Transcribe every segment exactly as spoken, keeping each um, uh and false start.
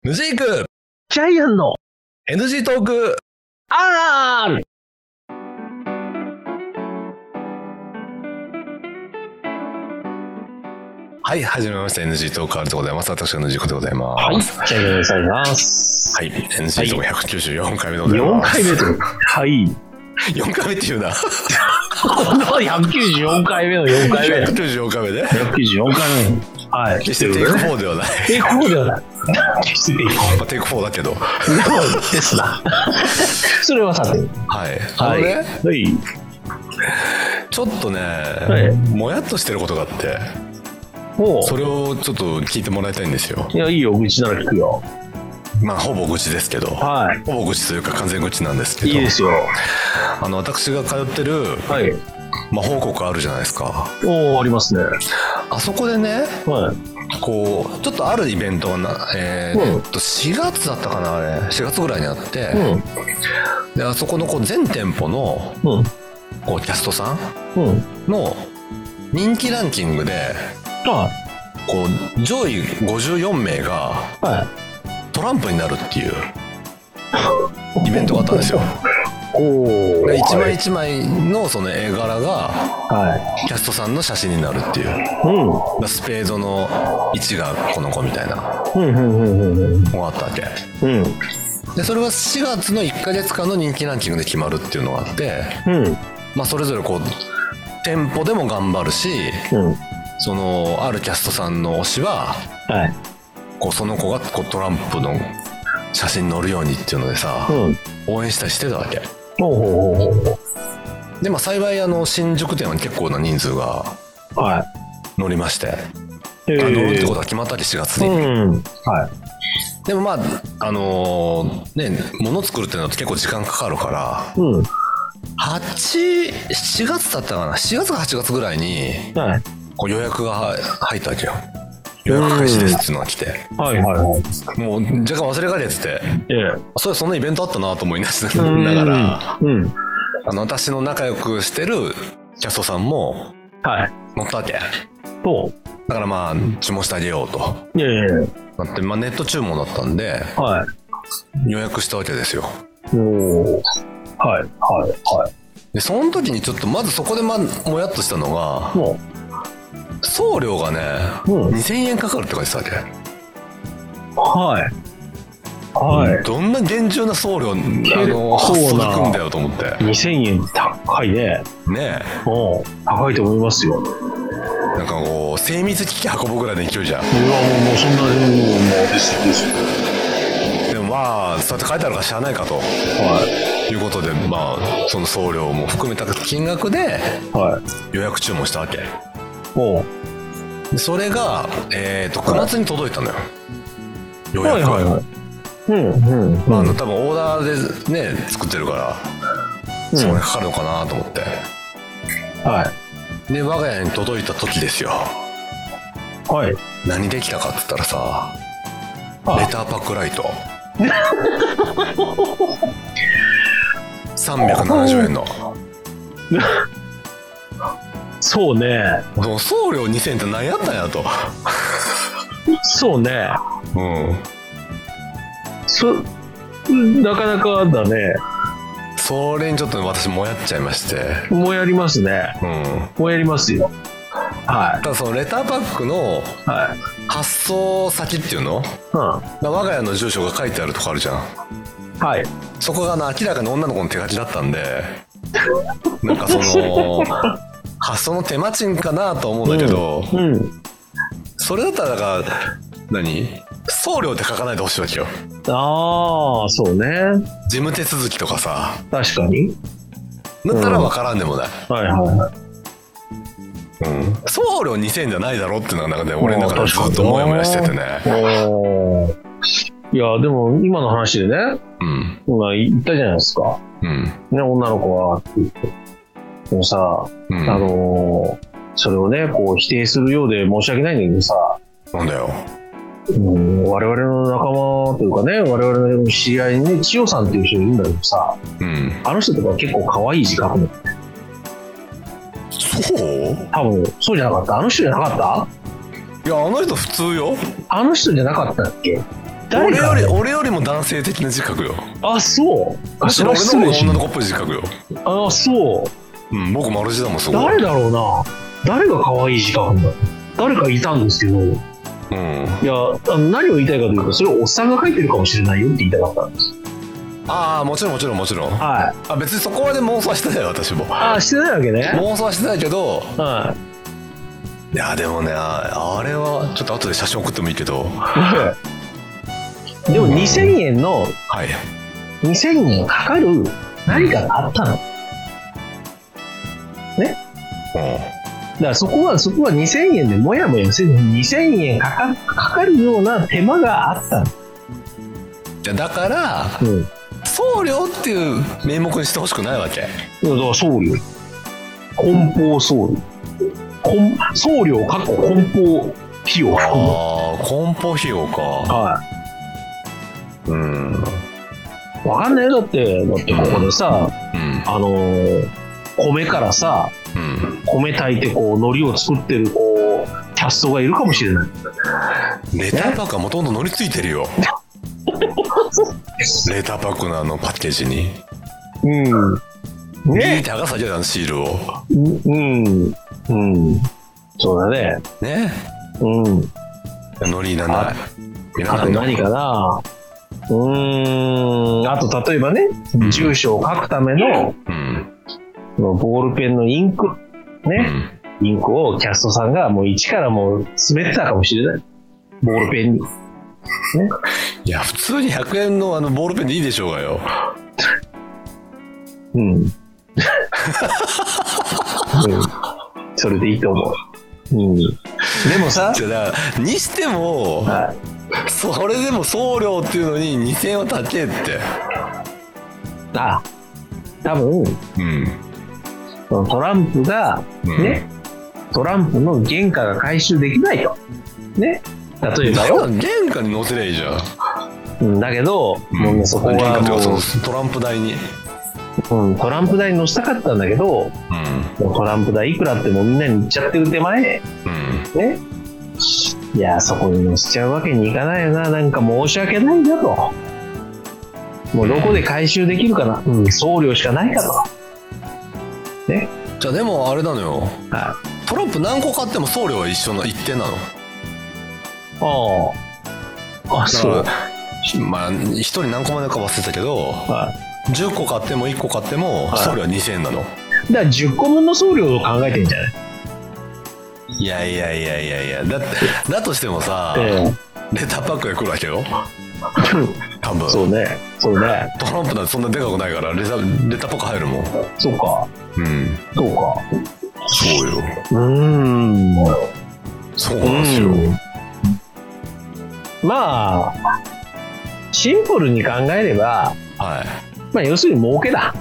ヌジークジャイアンのエヌジー トークアール。 はい、はじめまして エヌジー トーク アール でございます。私はヌジークでございまはい、 す。 ジャイアンでございます。 はい、エヌジー トークひゃくきゅうじゅうよんかいめでございます。 よんかいめと。はい。 よんかいめって言うな。 ひゃくきゅうじゅうよんかいめのよんかいめ。 ひゃくきゅうじゅうよんかいめで。 ひゃくきゅうじゅうよんかいめ。はい。 決してテイクフォーではない。 テイクフォーではない。決してテイクフォー。 まあ、テイクフォーだけど。 そうですな。それはさて。 はい。あのね、 はい。 ちょっとね、 はい、 もやっとしてることがあって、それをちょっと聞いてもらいたいんですよ。 いや、いいよ、愚痴なら聞くよ。 まあほぼ愚痴ですけど、はい、ほぼ愚痴というか完全愚痴なんですけど、 いいですよ。 あの私が通ってる、はい、まあ、報告あるじゃないですか。 おー、ありますね。 あそこでね、はい、こうちょっとあるイベントがな、えー、っとしがつだったかな、あれしがつぐらいにあって、うん、であそこのこう全店舗の、うん、こうキャストさんの人気ランキングで、はい、こう上位ごじゅうよんめいが、はい、トランプになるっていうイベントがあったんですよ。お一枚一枚のその絵柄が、はい、キャストさんの写真になるっていう、うん、スペードのいちがこの子みたいなのがあったわけ、うん、でそれはしがつのいっかげつかんの人気ランキングで決まるっていうのがあって、うんまあ、それぞれこう店舗でも頑張るし、うんそのあるキャストさんの推しは、はい、こうその子がこうトランプの写真に載るようにっていうのでさ、うん、応援したりしてたわけ。ほうほうほうほう。でまあ幸いあの新宿店は結構な人数が乗りまして、はい、乗るってことが決まったりしがつに、うんはい、でもまああのー、ね物作るっていうのは結構時間かかるから、うん、はち、しがつだったかなしがつかはちがつぐらいに、はいこう予約が入ったわけよ。予約開始ですっていうのが来て、はいはいはい、もう若干忘れかけてて、ええ、それそんなイベントあったなと思いながら、うん、あの私の仲良くしてるキャストさんも乗ったわけ、はい、だからまあ注文してあげようと、ええ、だって、まあ、ネット注文だったんで、はい、予約したわけですよ。おはいはいはいでその時にちょっとまずそこで、ま、もやっとしたのが、送料がね、うん、にせんえんかかるって書いてたわけ。はいはい、どんな厳重な送料あの発送でくんだよと思って。 にせんえん高いね。ねえお高いと思いますよ。 なんかこう精密機器運ぶぐらいの勢いじゃん。いやもうもうそんなにもうですですでもまあそうやって書いてあるからしゃあないかと、はい、いうことでまあその送料も含めた金額で予約注文したわけ。おでそれが、えー、とくがつに届いたのよ、予約が。はいはいはいうんうんうんまあ、あの多分オーダーでね作ってるから、うん、それかかるのかなと思って、はい、で我が家に届いた時ですよ。はい何できたかって言ったらさレターパックライトさんびゃくななじゅうえんのそうね送料にせんえんって何やったんやとそうねうんそなかなかだね。 それにちょっと私もやっちゃいまして。 もやりますねうんもやりますよ。はいただそのレターパックの発送先っていうの、はい、我が家の住所が書いてあるとこあるじゃん。はいそこが明らかに女の子の手書きだったんでなんかその発送の手間賃かなと思うんだけど、うんうん、それだったらだから何送料って書かないでほしいわけよ。 ああそうね事務手続きとかさ確かにだったら分からんでもない、うん、はいはいはい、うん、送料にせんえんじゃないだろっていうのがなんかね俺の中でずっとモヤモヤしててね。 いやでも今の話でね、うん、今言ったじゃないですか、うんね、女の子はって言ってでもさ、うん、あのー、それをねこう否定するようで申し訳ないんだけどさなんだよ、 うん、我々の仲間というかね我々の知り合いにね千代さんっていう人いるんだけどさ、うん、あの人とか結構可愛い字書くの。 そう多分そうじゃなかったあの人じゃなかったいやあの人普通よ。 あの人じゃなかったっけ。 俺より俺よりも男性的な字書くよ。 あ、そう。 むしろ俺の方が女の子っぽい字書くよ。 あ、そう。 うん、僕丸字だもん。すごい。 誰だろうな。誰が可愛い字書くんだ。誰かいたんですけど、うん、いや、あの何を言いたいかというと、それをおっさんが書いてるかもしれないよって言いたかったんです。 ああ、もちろんもちろんもちろん。 はい。 あ、別にそこまで妄想はしてないよ、私も。 ああ、してないわけね。 妄想はしてないけど、 はい。 いや、でもね、あれはちょっと後で写真送ってもいいけど。 でもにせんえんの、 はい。 にせんえんかかる何かがあったの。ね。うん。だからそこは、そこはにせんえんでもやもやせずににせんえんかか、かかるような手間があったの。 じゃだから、うん、送料っていう名目にしてほしくないわけ。 だから送料。梱包送料。送料かっこ梱包費用。 ああ、梱包費用か。 はい。うん。わかんないよ。だって、だってここでさ、うん、あのー、米からさ、うん、米炊いてこう海苔を作ってるこうキャストがいるかもしれない。 レターパックはほとんど乗りついてるよ。レターパックのあのパッケージに。うん。ね。いい高さじゃん、シールを。 うん。うん。そうだね。 ね。 うん。 海苔いらない。 あと何かな。うーん。あと例えばね、うん、住所を書くための、うん、ボールペンのインク。ね。うん、インクをキャストさんがもう一からもう詰めてたかもしれない。ボールペンに。ね。 いや、普通にひゃくえんのあのボールペンでいいでしょうがよ。 うん。うん。それでいいと思う。うん。でもさ、 じゃあにしても、はい、それでも送料っていうのににせんえんは高えって。 ああ、多分、うん。トランプが、ね、うん、トランプの原価が回収できないと。ね。例えばよ。 原価に載せりゃいいじゃん。うん、だけど、うん、もうね、そこはもうトランプ代に。 うん、トランプ台に乗せたかったんだけど、うん、トランプ台いくらってもみんなに言っちゃってる手前、うん、ね、いやそこに乗せちゃうわけにいかないよな、なんか申し訳ないんだと、もうどこで回収できるかな、うん、送料しかないかと、ね、 じゃあでもあれなのよ、はい、トランプ何個買っても送料は一緒の一定なの。 ああ、あ、そう。 まあ一人何個までか忘れたけど、はい、じゅっこ買ってもいっこ買っても送料はにせんえんなの。だからじゅっこぶんの送料を考えてんじゃない？ いやいやいやいやいや、だってだとしてもさ、えー、レターパックで来るわけよ。多分。 そうね。そうね。 トランプなんてそんなでかくないからレタレターパック入るもん。 そうか。 うん。 そうか。 そうよ。 うーん。 そうなんですよ。 まあシンプルに考えれば、はい。まあ要するに儲けだ。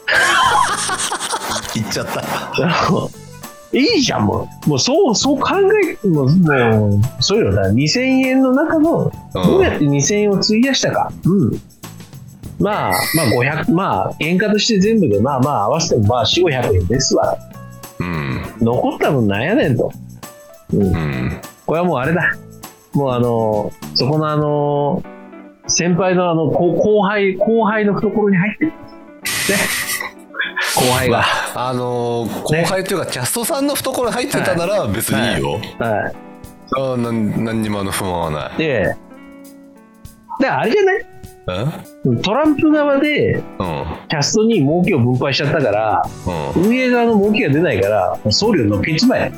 言っちゃった。 いいじゃん、もう。もうそう、そう考え、もう、もうそういうのだ。にせんえんの中の、どうやってにせんえんを費やしたか。うん。まあ、まあごひゃく、まあ、原価として全部で、まあまあ合わせても、まあよん、ごひゃくえんですわ。うん。残った分なんやねんと。うん。うん、これはもうあれだ。もうあの、そこのあの、先輩のあの、後輩、後輩の懐に入ってる。ね。後輩が、まあ、あのー、後輩というか、ね、キャストさんの懐に入ってたなら別にいいよ。はい。はい、ああ、何、何にもあの不満はない。 で、であれじゃない？トランプ側で、うん、キャストに儲けを分配しちゃったから、うん、運営側の儲けが出ないから、送料のっけちまえ。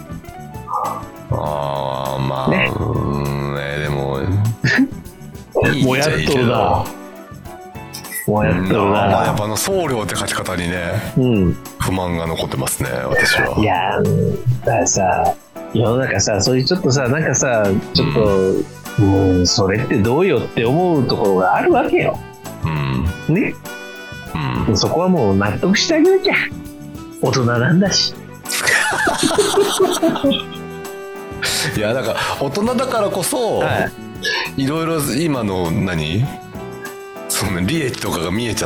ああ、まあ、ね、うんね、でも、いいもやっとるな。もやっとるな。 まあ、やっぱあの送料って書き方にね、うん、不満が残ってますね、私は。 いやー、だからさ、世の中さ、そういうちょっとさ、なんかさ、ちょっと、うん、うん、それってどうよって思うところがあるわけよ。うん。ね。うん。そこはもう納得してあげなきゃ。大人なんだし。 いや、なんか大人だからこそ、はい、いろいろ今の何その利益とかが見えちゃって、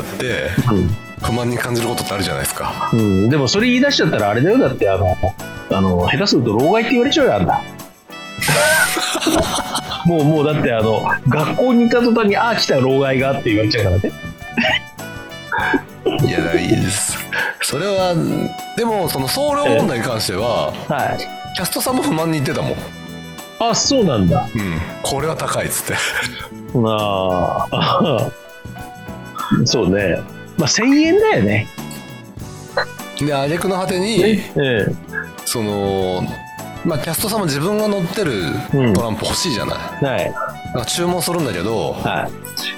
うん、不満に感じることってあるじゃないですか。 うん、でもそれ言い出しちゃったらあれだよ。だってあのあの下手すると老害って言われちゃうよ、あんだ。 もうもうだってあの学校に行った途端にああ来た老害がって言われちゃうからね。 いやいいです。それはでもその送料問題に関しては、はい、キャストさんも不満に言ってたもん。 あ、そうなんだ。 うん、これは高いっつって。 ああ、そうね。まあせんえんだよね。 で挙句の果てに、ええ、そのまあキャストさんも自分が乗ってるトランプ欲しいじゃない。うん、はい。だから注文するんだけど、はい、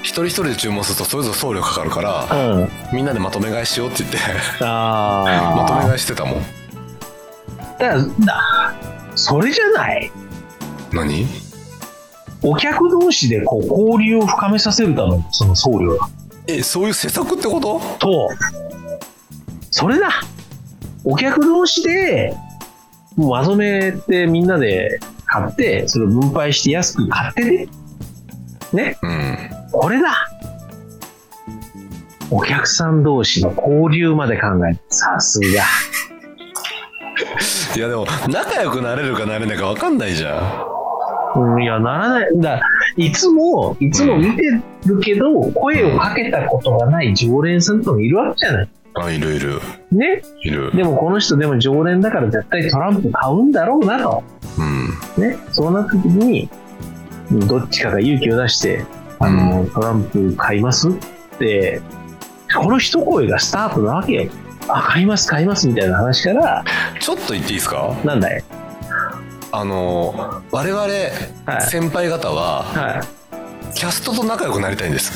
一人一人で注文するとそれぞれ送料かかるから、うん、みんなでまとめ買いしようって言ってあまとめ買いしてたもん。 だからそれじゃない。 何？ お客同士でこう交流を深めさせるためのその送料だ。 え、そういう施策ってこと？ と、それだ。お客同士でもうまとめてみんなで買ってそれを分配して安く買ってね。ね。うん。これだ。お客さん同士の交流まで考えて、さすが。 いやでも仲良くなれるかなれないか分かんないじゃん。 うん、いやならないんだ。いつもいつも見てるけど、うん、声をかけたことがない常連さんともいるわけじゃない。 あ、いるいるね。 いる。 でもこの人でも常連だから絶対トランプ買うんだろうなと、うん、ね。そうなった時にどっちかが勇気を出してあの、うん、トランプ買いますってこの一声がスタートなわけよ。あ、買います買いますみたいな話から。 ちょっと言っていいですか？ なんだい？ あの我々、はい、先輩方は、はい、キャストと仲良くなりたいんです。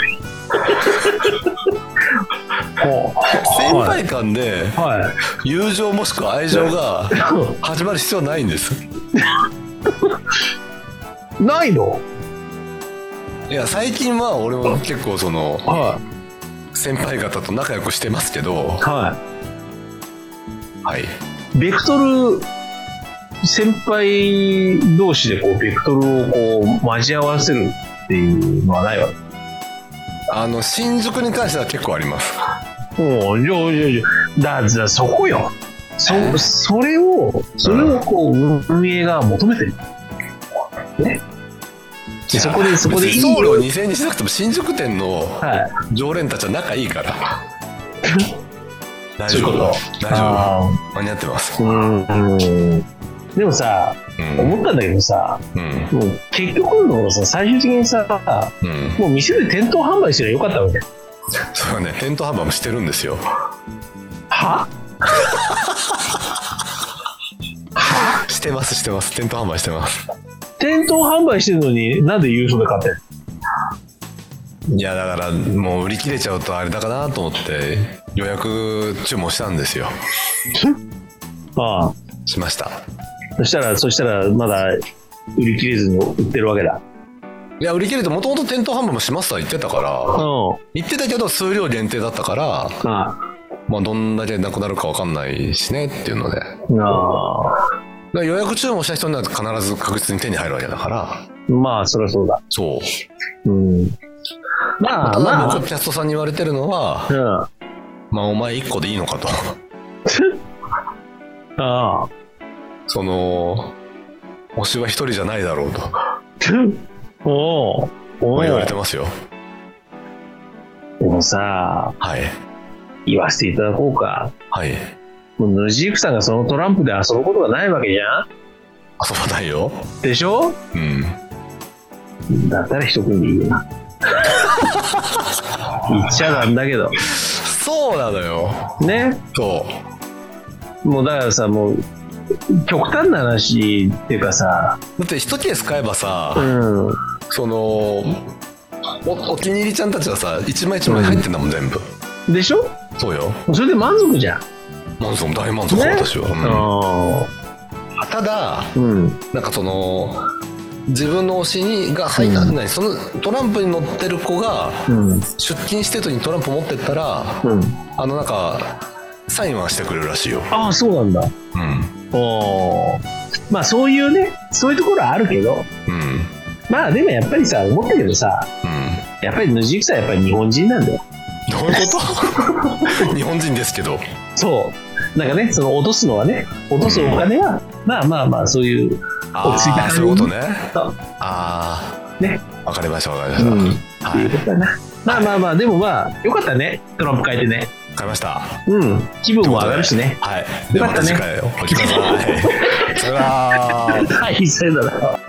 先輩間で友情もしくは愛情が始まる必要ないんです。 ないの？ いや最近は俺も結構その、はい、先輩方と仲良くしてますけど、はい、はい、 ベクトル先輩同士でこうベクトルをこう交わらせるっていうのはないわけ？ あの新宿に関しては結構あります。 おお、じゃあじゃあだからそこよ。そそれをそれをこう、うん、運営が求めてる。ね。でそこでそこでいい送料にせんえんにしなくても新宿店の常連たちは仲いいから。はい、大丈夫大丈夫間に合ってます。うんうん。でもさ、うん、思ったんだけどさ、うん、もう結局のところさ最終的にさ、うん、もう店で店頭販売すればよかったわけ。 そうね、店頭販売もしてるんですよ。 は？ は？してますしてます。店頭販売してます。 店頭販売してるのになんで郵送で買ってる？ いやだからもう売り切れちゃうとあれだかなと思って予約注文したんですよ。 ああ、 しました。 そしたらそしたらまだ売り切れずに売ってるわけだ。 いや売り切れてもともと店頭販売もしますとは言ってたから、うん、言ってたけど数量限定だったから、ああ、まあどんだけなくなるか分かんないしねっていうので、ああ、予約注文した人には必ず確実に手に入るわけだから。 まあそりゃそうだ。 そう、うん、まあただ僕キャストさんに言われてるのは、うん、まあお前いっこでいいのかと。ああ、その推しは一人じゃないだろうとおお、まあ、言われてますよ。 でもさ、はい、言わせていただこうか。はい。もうヌジークさんがそのトランプで遊ぶことがないわけじゃん。 遊ばないよ。 でしょ？うん。だったら一組でいいよな。言っちゃなんだけど。 そうなのよ。 ね。そう。もうだからさ、もう極端な話っていうかさ、 だって一ケース買えばさ、うん、その お, お気に入りちゃんたちはさ一枚一枚入ってんだもん、うん、全部でしょ。 そうよ。 それで満足じゃん。 満足、大満足、ね、私は、うん、ただ、うん、なんかその自分の推しにが入らない、うん、そのトランプに乗ってる子が、うん、出勤してる時にトランプ持ってったら、うん、あのなんかサインはしてくれるらしいよ。 ああ、そうなんだ。うん。お、まあそういうね、そういうところはあるけど、うん、まあでもやっぱりさ、思ったけどさ、うん、やっぱりヌジークさんやっぱり日本人なんだよ。 どういうこと？日本人ですけど。 そう。なんかね、その落とすのはね、落とすお金は、うん、まあまあまあそういう落ち着いた感じ。そういうことね。ああ。ね。わかりました、わかりました。うん。 はい。いうことだな。まあまあまあ、でもまあ、よかったね。トランプ変えてね。 変えました。 うん。気分も上がるしね。 はい。 よかったね。 お聞かせください。さよなら。 はい、さよなら。